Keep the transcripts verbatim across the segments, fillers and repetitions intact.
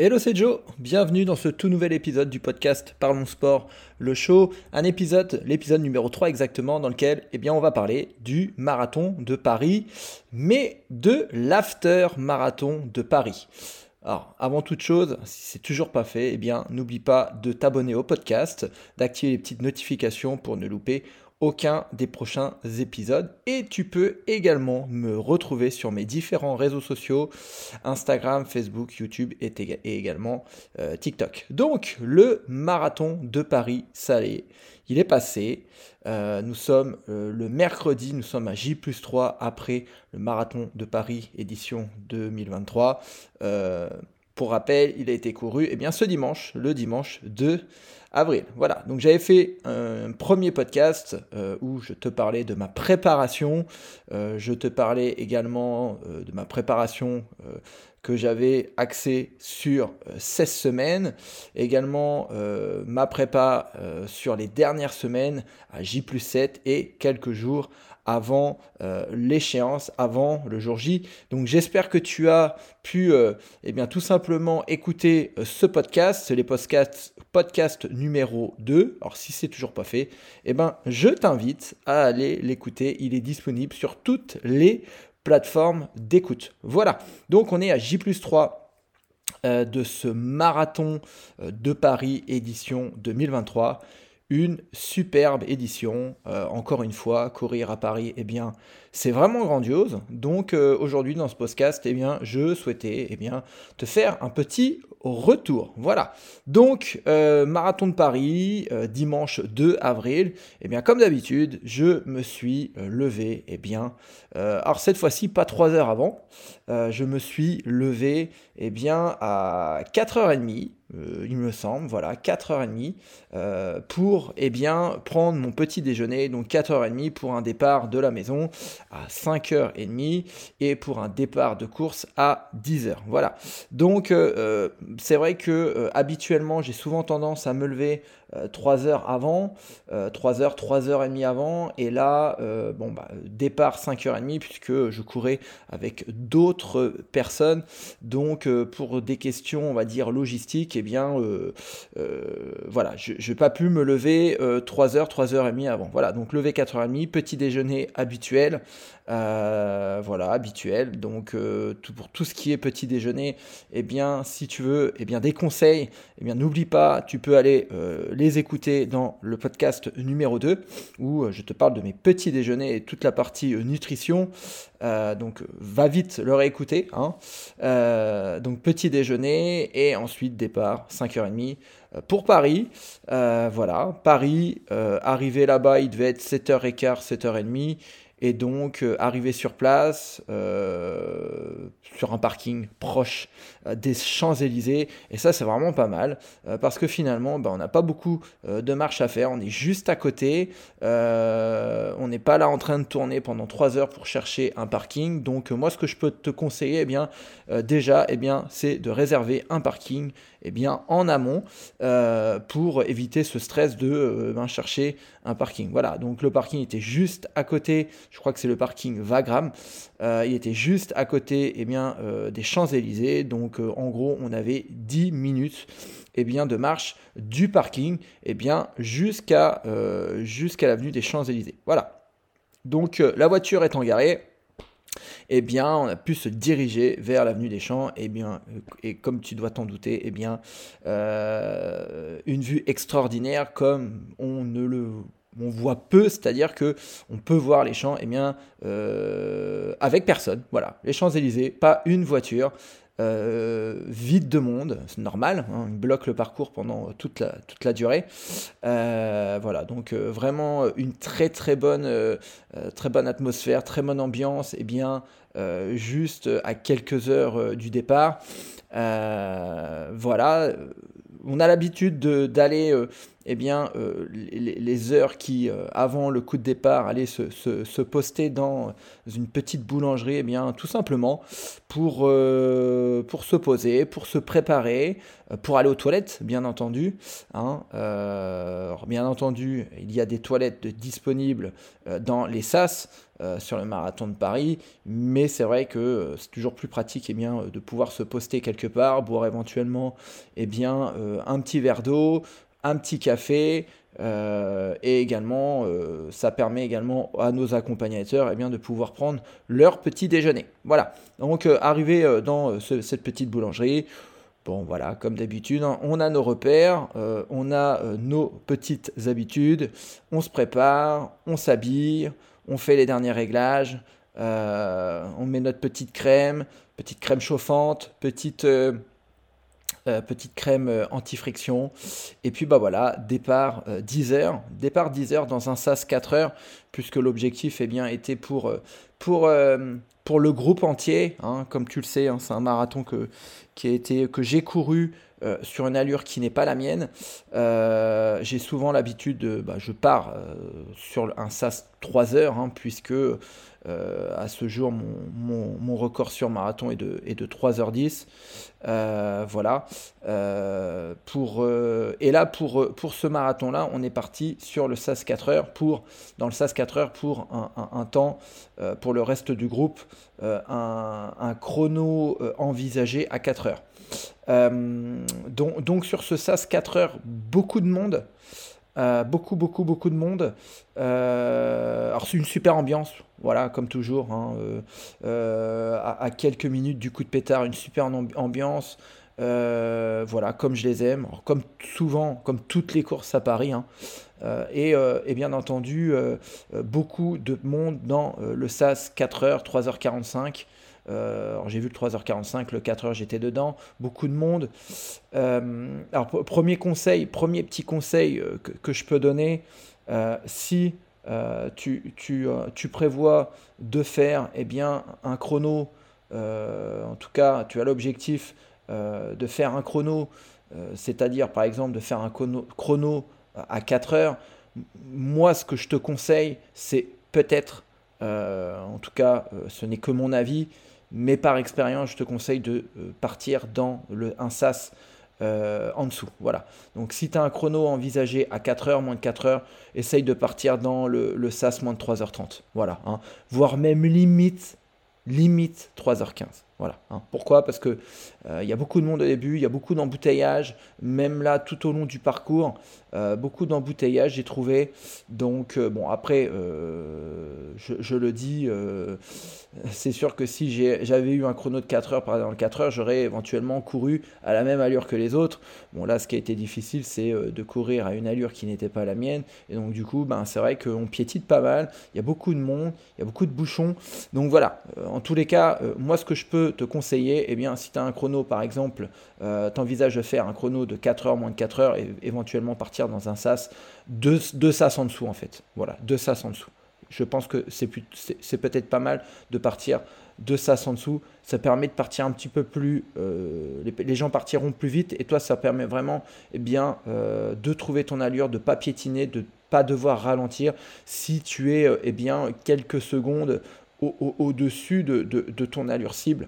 Hello, c'est Joe, bienvenue dans ce tout nouvel épisode du podcast Parlons Sport, le show, un épisode, l'épisode numéro trois exactement, dans lequel eh bien, on va parler du marathon de Paris, mais de l'after marathon de Paris. Alors, avant toute chose, si c'est toujours pas fait, eh bien, n'oublie pas de t'abonner au podcast, d'activer les petites notifications pour ne louper aucun des prochains épisodes. Et tu peux également me retrouver sur mes différents réseaux sociaux, Instagram, Facebook, YouTube et, et également euh, TikTok. Donc, le marathon de Paris, ça y est, il est passé. Euh, nous sommes euh, le mercredi, nous sommes à J plus trois après le marathon de Paris édition deux mille vingt-trois. Euh, pour rappel, il a été couru eh bien, ce dimanche, le dimanche deux avril. Voilà, donc j'avais fait un premier podcast euh, où je te parlais de ma préparation. Euh, je te parlais également euh, de ma préparation euh, que j'avais axée sur euh, seize semaines. Également euh, ma prépa euh, sur les dernières semaines à J plus sept et quelques jours avant euh, l'échéance, avant le jour J. Donc j'espère que tu as pu euh, eh bien, tout simplement écouter euh, ce podcast, c'est les podcasts, podcast numéro deux. Alors si c'est toujours pas fait, eh ben, je t'invite à aller l'écouter. Il est disponible sur toutes les plateformes d'écoute. Voilà, donc on est à J plus trois euh, de ce marathon euh, de Paris édition deux mille vingt-trois. Une superbe édition, euh, encore une fois, courir à Paris, eh bien, c'est vraiment grandiose. Donc euh, aujourd'hui dans ce podcast, eh bien, je souhaitais eh bien, te faire un petit retour. Voilà. Donc euh, marathon de Paris, euh, dimanche deux avril. Eh bien, comme d'habitude, je me suis euh, levé. Eh bien, euh, alors cette fois-ci pas trois heures avant. Euh, je me suis levé eh bien à quatre heures trente. Euh, il me semble, voilà, quatre heures trente euh, pour eh bien, prendre mon petit déjeuner, donc quatre heures trente pour un départ de la maison à cinq heures trente et pour un départ de course à dix heures. Voilà, donc euh, c'est vrai que euh, habituellement j'ai souvent tendance à me lever euh, trois heures avant, euh, trois heures, trois heures trente avant, et là, euh, bon, bah, départ cinq heures trente puisque je courais avec d'autres personnes, donc euh, pour des questions, on va dire, logistiques, eh bien, euh, euh, voilà, je n'ai pas pu me lever euh, trois heures, trois heures trente avant. Voilà, donc lever quatre heures trente, petit déjeuner habituel, euh, voilà, habituel. Donc euh, tout, pour tout ce qui est petit déjeuner, eh bien, si tu veux, eh bien, des conseils, eh bien, n'oublie pas, tu peux aller euh, les écouter dans le podcast numéro deux, où euh, je te parle de mes petits déjeuners et toute la partie euh, nutrition. Euh, donc va vite le réécouter, hein. Euh, donc petit déjeuner et ensuite départ cinq heures trente euh, pour Paris. Euh, voilà, Paris, euh, arrivé là-bas, il devait être sept heures quinze, sept heures trente. Et donc, euh, arrivé sur place, euh, sur un parking proche euh, des Champs-Élysées. Et ça, c'est vraiment pas mal. Euh, parce que finalement, bah, on n'a pas beaucoup euh, de marche à faire. On est juste à côté. Euh, on n'est pas là en train de tourner pendant trois heures pour chercher un parking. Donc, euh, moi, ce que je peux te conseiller, eh bien, euh, déjà, eh bien, c'est de réserver un parking eh bien, en amont euh, pour éviter ce stress de euh, ben, chercher un parking. Voilà, donc le parking était juste à côté, je crois que c'est le parking Wagram, euh, il était juste à côté eh bien, euh, des Champs-Élysées, donc euh, en gros on avait dix minutes eh bien, de marche du parking eh bien, jusqu'à, euh, jusqu'à l'avenue des Champs-Élysées. Voilà, donc euh, la voiture étant garée, eh bien, on a pu se diriger vers l'avenue des Champs, eh bien, et comme tu dois t'en douter, eh bien, euh, une vue extraordinaire comme on ne le on voit peu, c'est-à-dire que on peut voir les Champs, eh bien, euh, avec personne. Voilà, les Champs-Élysées, pas une voiture. Euh, vide de monde, c'est normal, hein, il bloque le parcours pendant toute la, toute la durée. Euh, voilà, donc euh, vraiment une très très bonne, euh, très bonne atmosphère, très bonne ambiance, et bien euh, juste à quelques heures euh, du départ. Euh, voilà. On a l'habitude de, d'aller euh, eh bien, euh, les, les heures qui, euh, avant le coup de départ, allaient se, se, se poster dans une petite boulangerie, eh bien, tout simplement pour, euh, pour se poser, pour se préparer, euh, pour aller aux toilettes, bien entendu. Hein. Euh, alors, bien entendu, il y a des toilettes disponibles euh, dans les sas euh, sur le marathon de Paris, mais c'est vrai que euh, c'est toujours plus pratique eh bien, de pouvoir se poster quelque part, boire éventuellement eh bien, euh, un petit verre d'eau, un petit café, euh, et également, euh, ça permet également à nos accompagnateurs eh bien, de pouvoir prendre leur petit déjeuner. Voilà, donc euh, arrivé euh, dans euh, ce- cette petite boulangerie, bon voilà, comme d'habitude, hein, on a nos repères, euh, on a euh, nos petites habitudes, on se prépare, on s'habille, on fait les derniers réglages, euh, on met notre petite crème, petite crème chauffante, petite... euh, euh, petite crème euh, anti-friction. Et puis bah voilà, départ euh, dix heures. Départ dix heures dans un sas quatre heures, puisque l'objectif eh bien, était pour, euh, pour, euh, pour le groupe entier. Hein, comme tu le sais, hein, c'est un marathon que, qui a été, que j'ai couru euh, sur une allure qui n'est pas la mienne. Euh, j'ai souvent l'habitude de... Bah, je pars euh, sur un sas trois heures, hein, puisque... Euh, à ce jour, mon, mon, mon record sur marathon est de, est de trois heures dix. Euh, voilà. Euh, pour, euh, et là, pour, pour ce marathon-là, on est parti sur le sas quatre heures, pour, dans le sas quatre heures pour un, un, un temps, euh, pour le reste du groupe, euh, un, un chrono euh, envisagé à quatre heures. Euh, donc, donc sur ce sas quatre heures, beaucoup de monde. Euh, beaucoup, beaucoup, beaucoup de monde. Euh, alors c'est une super ambiance, voilà, comme toujours. Hein, euh, euh, à, à quelques minutes du coup de pétard, une super ambi- ambiance. Euh, voilà, comme je les aime. Alors, comme souvent, comme toutes les courses à Paris. Hein. Euh, et, euh, et bien entendu, euh, euh, beaucoup de monde dans euh, le sas quatre heures, trois heures quarante-cinq. Euh, alors j'ai vu le trois heures quarante-cinq, le quatre heures j'étais dedans, beaucoup de monde. Euh, alors premier conseil, premier petit conseil euh, que, que je peux donner, euh, si euh, tu, tu, euh, tu prévois de faire eh bien, un chrono, euh, en tout cas tu as l'objectif euh, de faire un chrono, euh, c'est-à-dire par exemple de faire un chrono, chrono à quatre heures, moi ce que je te conseille c'est peut-être, euh, en tout cas euh, ce n'est que mon avis, mais par expérience, je te conseille de euh, partir dans le, un sas euh, en dessous. Voilà. Donc si tu as un chrono envisagé à quatre heures, moins de quatre heures, essaye de partir dans le, le sas moins de trois heures trente. Voilà. Hein. Voire même limite, limite trois heures quinze. Voilà. Hein. Pourquoi? Parce que euh, il y a beaucoup de monde au début, il y a beaucoup d'embouteillages, même là tout au long du parcours, euh, beaucoup d'embouteillages j'ai trouvé. Donc euh, bon après, euh, je, je le dis, euh, c'est sûr que si j'ai- j'avais eu un chrono de quatre heures, par exemple quatre heures, j'aurais éventuellement couru à la même allure que les autres. Bon là, ce qui a été difficile, c'est euh, de courir à une allure qui n'était pas la mienne. Et donc du coup, ben, c'est vrai qu'on piétine pas mal, il y a beaucoup de monde, il y a beaucoup de bouchons. Donc voilà, Euh, en tous les cas, euh, moi ce que je peux te conseiller, eh bien, si tu as un chrono par exemple, euh, tu envisages de faire un chrono de quatre heures, moins de quatre heures, et éventuellement partir dans un sas, deux, deux sas en dessous en fait. Voilà, deux sas en dessous. Je pense que c'est, plus- c'est, c'est peut-être pas mal de partir de sas en dessous. Ça permet de partir un petit peu plus... euh, les, les gens partiront plus vite et toi, ça permet vraiment eh bien, euh, de trouver ton allure, de ne pas piétiner, de ne pas devoir ralentir si tu es euh, eh bien, quelques secondes au- au- au-dessus de, de- de ton allure cible.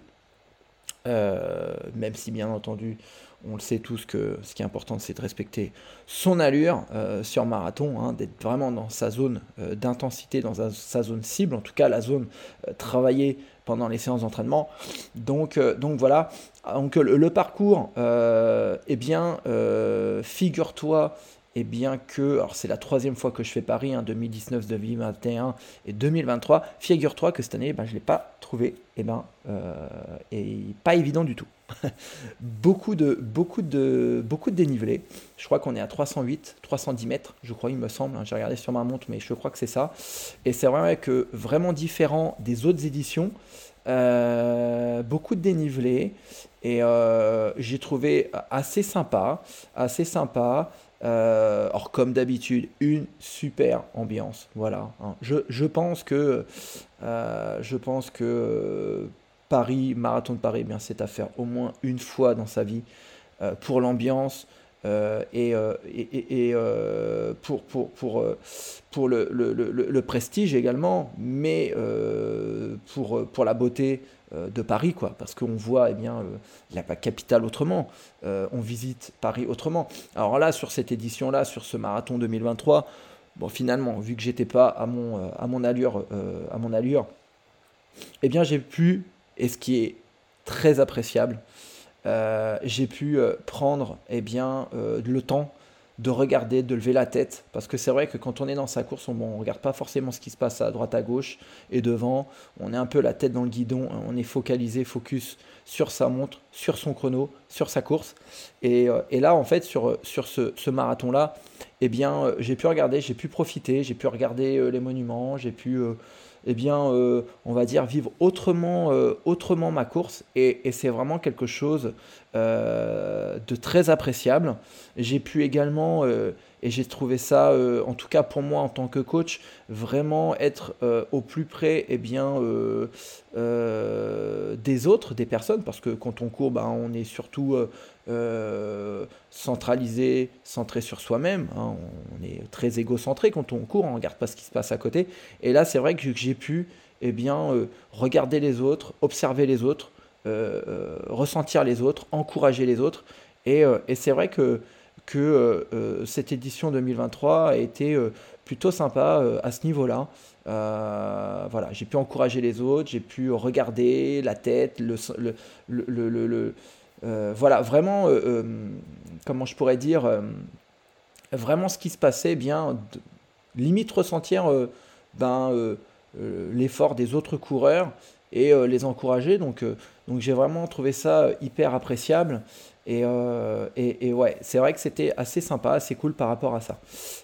Euh, même si bien entendu, on le sait tous que ce qui est important, c'est de respecter son allure euh, sur marathon, hein, d'être vraiment dans sa zone euh, d'intensité, dans sa, sa zone cible, en tout cas la zone euh, travaillée pendant les séances d'entraînement. Donc, euh, donc voilà. Donc le, le parcours, euh, eh bien, euh, figure-toi. Eh bien que, alors c'est la troisième fois que je fais Paris, hein, deux mille dix-neuf, deux mille vingt et un et deux mille vingt-trois. Figure-toi que cette année, ben, je ne l'ai pas trouvé, eh ben, euh, et pas évident du tout. beaucoup de, beaucoup de, beaucoup de dénivelé. Je crois qu'on est à trois cent huit, trois cent dix mètres, je crois, il me semble. J'ai regardé sur ma montre, mais je crois que c'est ça. Et c'est vrai que vraiment différent des autres éditions. Euh, beaucoup de dénivelé et euh, j'ai trouvé assez sympa, assez sympa. Euh, alors comme d'habitude, une super ambiance. Voilà. Hein. Je, je pense que, euh, je pense que Paris, marathon de Paris, eh bien c'est à faire au moins une fois dans sa vie euh, pour l'ambiance. euh, et, euh, et, et- et, euh, pour, pour, pour, euh, pour le, le- le- le prestige également, mais euh, pour, pour la beauté euh, de Paris, quoi, parce qu'on voit eh bien, euh, la capitale autrement, euh, on visite Paris autrement. Alors là, sur cette édition-là, sur ce marathon deux mille vingt-trois, bon, finalement, vu que j'étais pas à mon, euh, à mon allure, euh, à mon allure, eh bien, j'ai pu, et ce qui est très appréciable, euh, j'ai pu euh, prendre eh bien, euh, le temps de regarder, de lever la tête. Parce que c'est vrai que quand on est dans sa course, on ne regarde pas forcément ce qui se passe à droite, à gauche et devant. On est un peu la tête dans le guidon, on est focalisé, focus sur sa montre, sur son chrono, sur sa course. Et, euh, et là, en fait, sur, sur ce, ce marathon-là, eh bien, euh, j'ai pu regarder, j'ai pu profiter, j'ai pu regarder euh, les monuments, j'ai pu... euh, eh bien, euh, on va dire, vivre autrement, euh, autrement ma course. Et, et c'est vraiment quelque chose euh, de très appréciable. J'ai pu également, euh, et j'ai trouvé ça, euh, en tout cas pour moi en tant que coach, vraiment être euh, au plus près eh bien, euh, euh, des autres, des personnes, parce que quand on court, ben, on est surtout euh, euh, centralisé, centré sur soi-même. Hein. On est très égocentré quand on court, on ne regarde pas ce qui se passe à côté. Et là, c'est vrai que j'ai pu eh bien, euh, regarder les autres, observer les autres, euh, euh, ressentir les autres, encourager les autres. Et, euh, et c'est vrai que, que euh, euh, cette édition deux mille vingt-trois a été euh, plutôt sympa euh, à ce niveau-là. Euh, voilà, j'ai pu encourager les autres, j'ai pu regarder la tête, le, le, le, le, le- euh, voilà, vraiment, euh, euh, comment je pourrais dire, euh, vraiment ce qui se passait, eh bien, de- limite ressentir euh, ben, euh, euh, l'effort des autres coureurs et euh, les encourager. Donc, euh, donc j'ai vraiment trouvé ça euh, hyper appréciable. Et, euh, et, et ouais, c'est vrai que c'était assez sympa, assez cool par rapport à ça.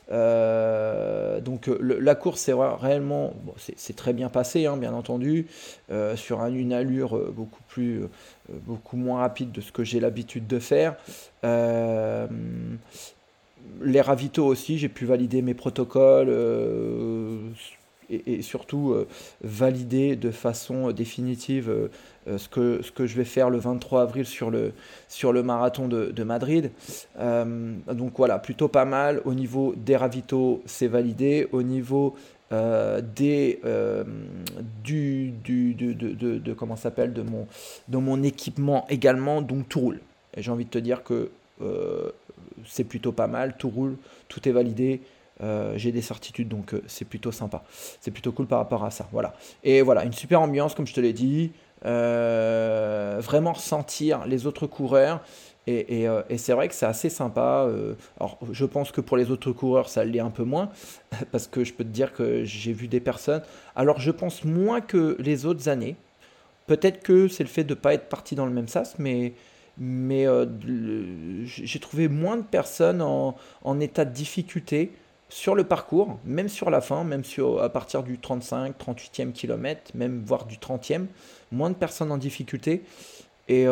Euh, donc euh, le- la course, c'est vrai- réellement, bon, c'est c'est très bien passé, hein, bien entendu, euh, sur un- une allure euh, beaucoup plus, euh, beaucoup moins rapide de ce que j'ai l'habitude de faire. Euh, les ravitaux aussi, j'ai pu valider mes protocoles euh, et, et surtout euh, valider de façon définitive euh, euh, ce que, ce que je vais faire le vingt-trois avril sur le, sur le marathon de, de Madrid. Euh, donc voilà, plutôt pas mal. Au niveau des ravitaux, c'est validé. Au niveau euh, des, euh, du, du, de, de, de, de- comment ça s'appelle, de mon, de mon équipement également, donc tout roule. Et j'ai envie de te dire que euh, c'est plutôt pas mal, tout roule, tout est validé. Euh, j'ai des certitudes, donc euh, c'est plutôt sympa. C'est plutôt cool par rapport à ça. Voilà. Et voilà, une super ambiance, comme je te l'ai dit. Euh, vraiment ressentir les autres coureurs. Et, et, euh, et c'est vrai que c'est assez sympa. Euh, alors, je pense que pour les autres coureurs, ça l'est un peu moins. Parce que je peux te dire que j'ai vu des personnes. Alors, je pense moins que les autres années. Peut-être que c'est le fait de ne pas être parti dans le même sas, mais, mais euh, le- j'ai trouvé moins de personnes en, en état de difficulté sur le parcours, même sur la fin, même sur, à partir du trente-cinq, trente-huitième kilomètre, même voire du trentième, moins de personnes en difficulté. Et,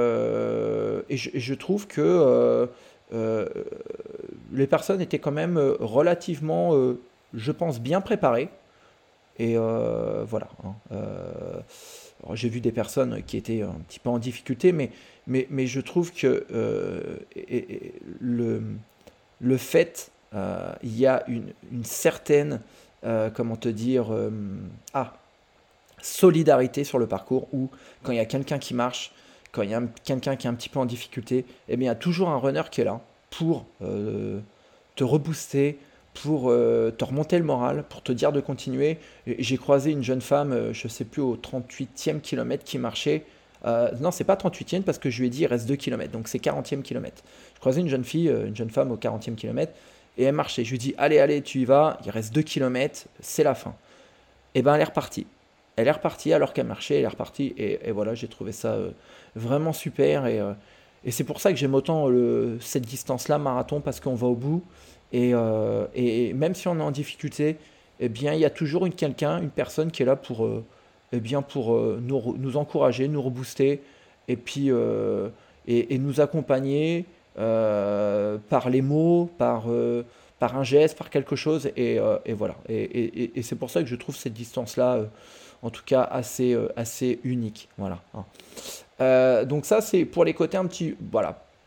euh, et je, et je trouve que euh, euh, les personnes étaient quand même euh, relativement, euh, je pense, bien préparées. Et euh, voilà, hein. Euh, alors, j'ai vu des personnes qui étaient un petit peu en difficulté, mais, mais, mais je trouve que euh, et- et le, le fait, euh, il y a une, une certaine, euh, comment te dire, euh, ah, solidarité sur le parcours où quand il y a quelqu'un qui marche, quand il y a un- quelqu'un qui est un petit peu en difficulté, eh bien, il y a toujours un runner qui est là pour euh, te rebooster, pour euh, te remonter le moral, pour te dire de continuer. Et J'ai croisé une jeune femme, euh, je ne sais plus, au trente-huitième kilomètre qui marchait. Euh, non, c'est pas trente-huitième parce que je lui ai dit il reste deux kilomètres, donc c'est quarantième kilomètre. Je croisais une jeune fille, euh, une jeune femme au quarantième kilomètre, et elle marchait. Je lui dis allez, allez, tu y vas, il reste deux kilomètres, c'est la fin. Et ben elle est repartie. Elle est repartie alors qu'elle marchait, elle est repartie. Et, et voilà, j'ai trouvé ça euh, vraiment super. Et, euh, et c'est pour ça que j'aime autant le, cette distance-là, marathon, parce qu'on va au bout. Et, euh, et même si on est en difficulté, eh bien, il y a toujours une quelqu'un, une personne qui est là pour, euh, eh bien, pour euh, nous, nous encourager, nous rebooster, et puis euh, et, et nous accompagner euh, par les mots, par, euh, par un geste, par quelque chose. Et, euh, et voilà. Et, et- et c'est pour ça que je trouve cette distance-là, euh, en tout cas, assez, euh, assez unique. Voilà, hein. Euh, donc ça, c'est pour les côtés un petit... Voilà.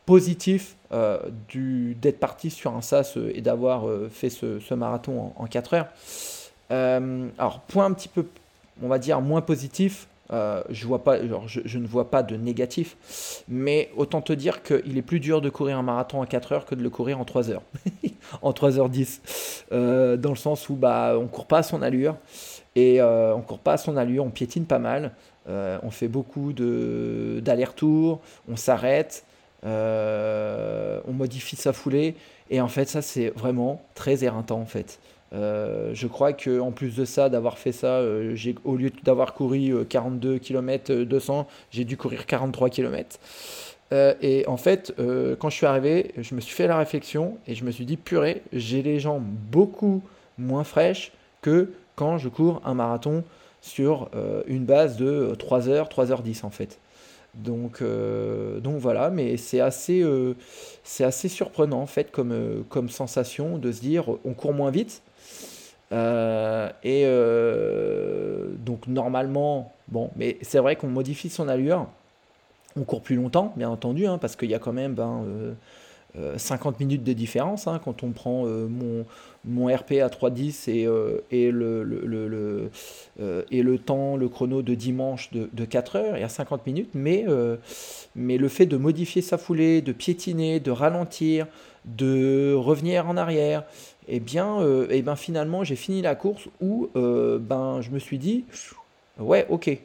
positif euh, du, d'être parti sur un sas euh, et d'avoir euh, fait ce, ce marathon en, en quatre heures. Euh, alors, point un petit peu, on va dire, moins positif, euh, je, vois pas, genre, je, je ne vois pas de négatif, mais autant te dire qu'il est plus dur de courir un marathon en quatre heures que de le courir en trois heures, en trois heures dix, euh, dans le sens où bah, on ne court pas à son allure, et euh, on ne court pas à son allure, on piétine pas mal, euh, on fait beaucoup de, d'allers-retours, on s'arrête, euh, on modifie sa foulée, et en fait ça c'est vraiment très éreintant en fait. Euh, je crois qu'en plus de ça, d'avoir fait ça, euh, j'ai, au lieu d'avoir couru euh, quarante-deux kilomètres deux cents, j'ai dû courir quarante-trois kilomètres. Euh, et en fait, euh, quand je suis arrivé, je me suis fait la réflexion et je me suis dit, purée, j'ai les jambes beaucoup moins fraîches que quand je cours un marathon sur euh, une base de trois heures, trois heures dix en fait. Donc, euh, donc voilà, mais c'est assez, euh, c'est assez surprenant en fait comme, euh, comme sensation de se dire on court moins vite. Euh, et euh, donc normalement, bon, mais c'est vrai qu'on modifie son allure, on court plus longtemps, bien entendu, hein, parce qu'il y a quand même ben, euh, euh, cinquante minutes de différence hein, quand on prend euh, mon, mon R P à trois dix et, euh, et, le, le, le, le, euh, et le temps, le chrono de dimanche de, de quatre heures, il y a cinquante minutes, mais, euh, mais le fait de modifier sa foulée, de piétiner, de ralentir, de revenir en arrière, et eh bien, euh, eh ben finalement j'ai fini la course où euh, ben, je me suis dit, ouais ok,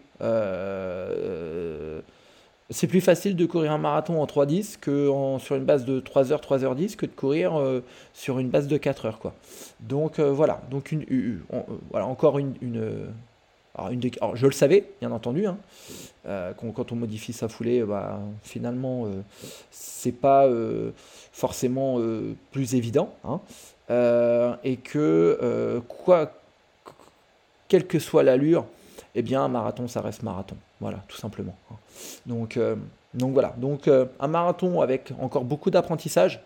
euh, c'est plus facile de courir un marathon en trois dix que en- sur une base de trois heures, trois heures dix que de courir euh, sur une base de quatre heures quoi. Donc euh, voilà, donc une, une- on- euh, voilà encore une, une, euh, alors une des- alors, je le savais bien entendu hein, euh, quand, quand on modifie sa foulée, bah, finalement euh, c'est pas euh, forcément euh, plus évident hein, euh, et que euh, quoi quelle que soit l'allure, eh bien un marathon ça reste marathon. Voilà, tout simplement. Hein. Donc, euh, donc voilà, donc euh, un marathon avec encore beaucoup d'apprentissage,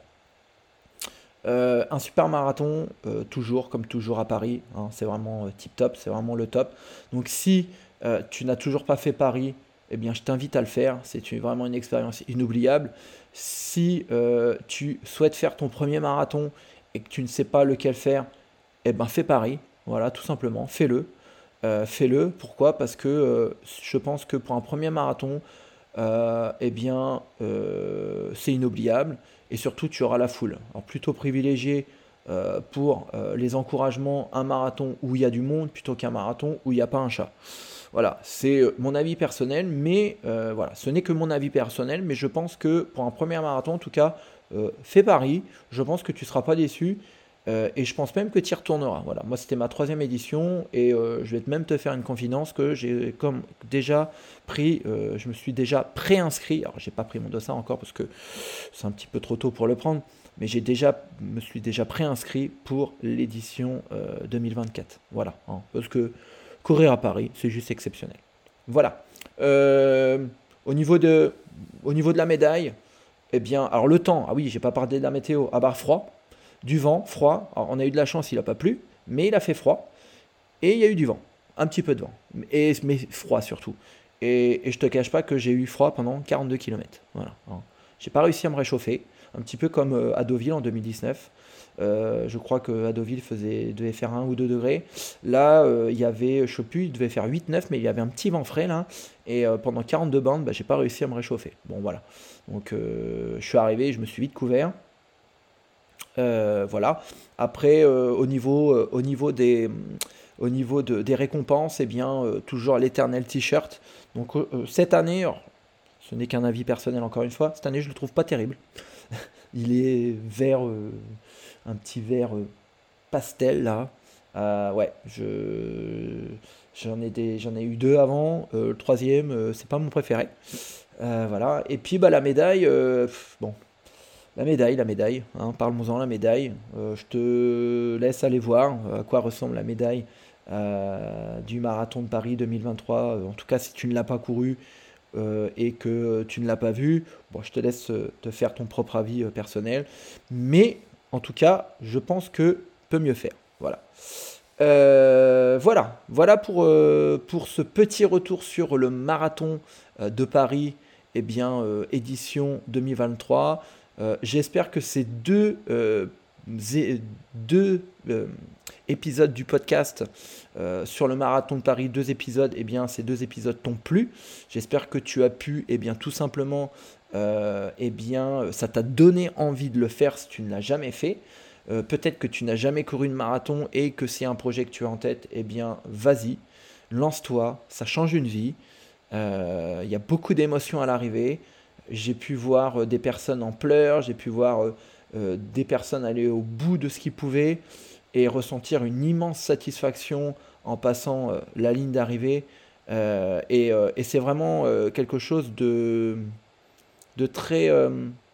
euh, un super marathon, euh, toujours comme toujours à Paris, hein, c'est vraiment euh, tip top, c'est vraiment le top. Donc si euh, tu n'as toujours pas fait Paris, eh bien je t'invite à le faire, c'est une- vraiment une expérience inoubliable. Si euh, tu souhaites faire ton premier marathon et que tu ne sais pas lequel faire, eh ben fais Paris, voilà, tout simplement, fais-le. Euh, fais-le, pourquoi? Parce que euh, je pense que pour un premier marathon, euh, eh bien, euh, c'est inoubliable et surtout tu auras la foule. Alors plutôt privilégier euh, pour euh, les encouragements un marathon où il y a du monde plutôt qu'un marathon où il n'y a pas un chat. Voilà, c'est euh, mon avis personnel, mais euh, voilà, ce n'est que mon avis personnel, mais je pense que pour un premier marathon, en tout cas, euh, fais Paris, je pense que tu ne seras pas déçu. Euh, et je pense même que tu y retourneras. Voilà, moi c'était ma troisième édition et euh, je vais même te faire une confidence que j'ai comme déjà pris, euh, je me suis déjà préinscrit. Alors j'ai pas pris mon dossard encore parce que c'est un petit peu trop tôt pour le prendre, mais j'ai déjà me suis déjà préinscrit pour l'édition euh, deux mille vingt-quatre. Voilà, hein, parce que courir à Paris, c'est juste exceptionnel. Voilà. Euh, au niveau de, au niveau de la médaille, eh bien, alors le temps. Ah oui, j'ai pas parlé de la météo. À barre froid. Du vent, froid. Alors, on a eu de la chance, il n'a pas plu, mais il a fait froid. Et il y a eu du vent. Un petit peu de vent. Et, mais froid surtout. Et, et je te cache pas que j'ai eu froid pendant quarante-deux kilomètres. Voilà. Hein. J'ai pas réussi à me réchauffer. Un petit peu comme euh, à Deauville en deux mille dix-neuf. Euh, je crois qu'à Deauville faisait, devait faire un ou deux degrés. Là, euh, il y avait, je sais plus, il devait faire huit neuf, mais il y avait un petit vent frais là. Et euh, pendant quarante-deux bandes, bah, j'ai pas réussi à me réchauffer. Bon, voilà. Donc, euh, je suis arrivé, je me suis vite couvert. Euh, voilà. Après, euh, au niveau, euh, au niveau des, au niveau de- des récompenses, eh bien, euh, toujours l'éternel t-shirt. Donc euh, euh, cette année, alors, ce n'est qu'un avis personnel encore une fois, cette année je le trouve pas terrible. Il est vert, euh, un petit vert euh, pastel là. Euh, ouais, je, j'en ai des, j'en ai eu deux avant. Euh, le troisième, euh, c'est pas mon préféré. Euh, voilà. Et puis bah la médaille, euh, pff, bon, la médaille, la médaille, hein, parlons-en, la médaille. Euh, je te laisse aller voir euh, à quoi ressemble la médaille euh, du marathon de Paris deux mille vingt-trois. Euh, en tout cas, si tu ne l'as pas couru euh, et que tu ne l'as pas vu, bon, je te laisse euh, te faire ton propre avis euh, personnel. Mais en tout cas, je pense que peut mieux faire. Voilà. Euh, voilà, voilà pour, euh, pour ce petit retour sur le marathon euh, de Paris eh bien, euh, édition deux mille vingt-trois. Euh, j'espère que ces deux, euh, zé- deux euh, épisodes du podcast euh, sur le marathon de Paris, deux épisodes, eh bien, ces deux épisodes t'ont plu. J'espère que tu as pu, eh bien, tout simplement, euh, eh bien, ça t'a donné envie de le faire si tu ne l'as jamais fait. Euh, peut-être que tu n'as jamais couru une marathon et que c'est un projet que tu as en tête, eh bien, vas-y, lance-toi, ça change une vie. Euh, Il y a beaucoup d'émotions à l'arrivée. J'ai pu voir euh, des personnes en pleurs, j'ai pu voir euh, euh, des personnes aller au bout de ce qu'ils pouvaient et ressentir une immense satisfaction en passant euh, la ligne d'arrivée. Euh, et euh, et c'est vraiment euh, quelque chose de, de très... euh,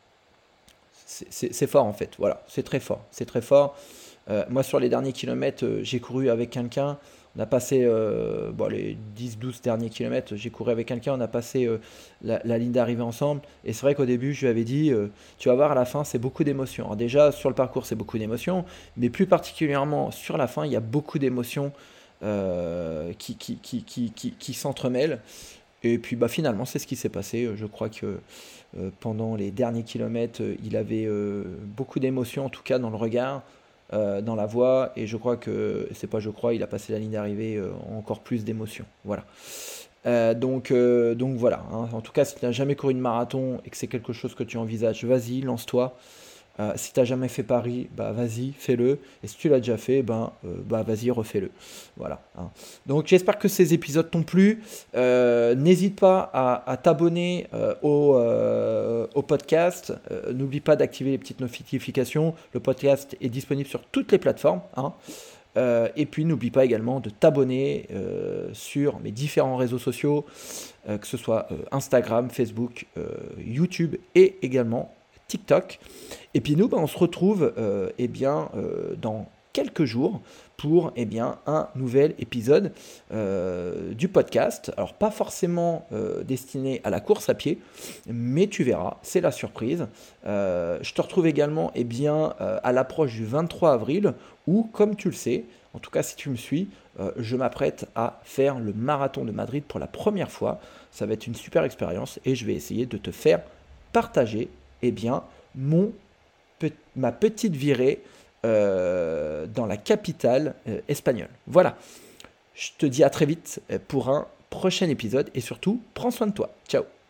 c'est c'est- c'est fort en fait, voilà, c'est très fort, c'est très fort. Euh, moi, sur les derniers kilomètres, euh, j'ai couru avec quelqu'un. On a passé euh, bon, les dix douze derniers kilomètres, j'ai couru avec quelqu'un, on a passé euh, la, la ligne d'arrivée ensemble. Et c'est vrai qu'au début, je lui avais dit, euh, tu vas voir, à la fin, c'est beaucoup d'émotions. Alors déjà, sur le parcours, c'est beaucoup d'émotions, mais plus particulièrement sur la fin, il y a beaucoup d'émotions euh, qui, qui, qui, qui, qui, qui s'entremêlent. Et puis bah, finalement, c'est ce qui s'est passé. Je crois que euh, pendant les derniers kilomètres, euh, il avait euh, beaucoup d'émotions, en tout cas dans le regard, euh, dans la voix. Et je crois que, c'est pas je crois, il a passé la ligne d'arrivée euh, encore plus d'émotions. Voilà. Euh, donc, euh, donc voilà. Hein. En tout cas, si tu n'as jamais couru une marathon et que c'est quelque chose que tu envisages, vas-y, lance-toi. Euh, si tu n'as jamais fait Paris, bah vas-y, fais-le. Et si tu l'as déjà fait, ben, euh, bah vas-y, refais-le. Voilà. Hein. Donc j'espère que ces épisodes t'ont plu. Euh, n'hésite pas à, à t'abonner euh, au, euh, au podcast. Euh, n'oublie pas d'activer les petites notifications. Le podcast est disponible sur toutes les plateformes. Hein. Euh, et puis n'oublie pas également de t'abonner euh, sur mes différents réseaux sociaux, euh, que ce soit euh, Instagram, Facebook, euh, YouTube et également TikTok. Et puis nous, bah, on se retrouve euh, eh bien, euh, dans quelques jours pour eh bien, un nouvel épisode euh, du podcast. Alors pas forcément euh, destiné à la course à pied, mais tu verras, c'est la surprise. Euh, je te retrouve également eh bien, euh, à l'approche du vingt-trois avril, où, comme tu le sais, en tout cas si tu me suis, euh, je m'apprête à faire le marathon de Madrid pour la première fois. Ça va être une super expérience et je vais essayer de te faire partager eh bien, mon, pe- ma petite virée euh, dans la capitale euh, espagnole. Voilà, je te dis à très vite pour un prochain épisode et surtout, prends soin de toi. Ciao.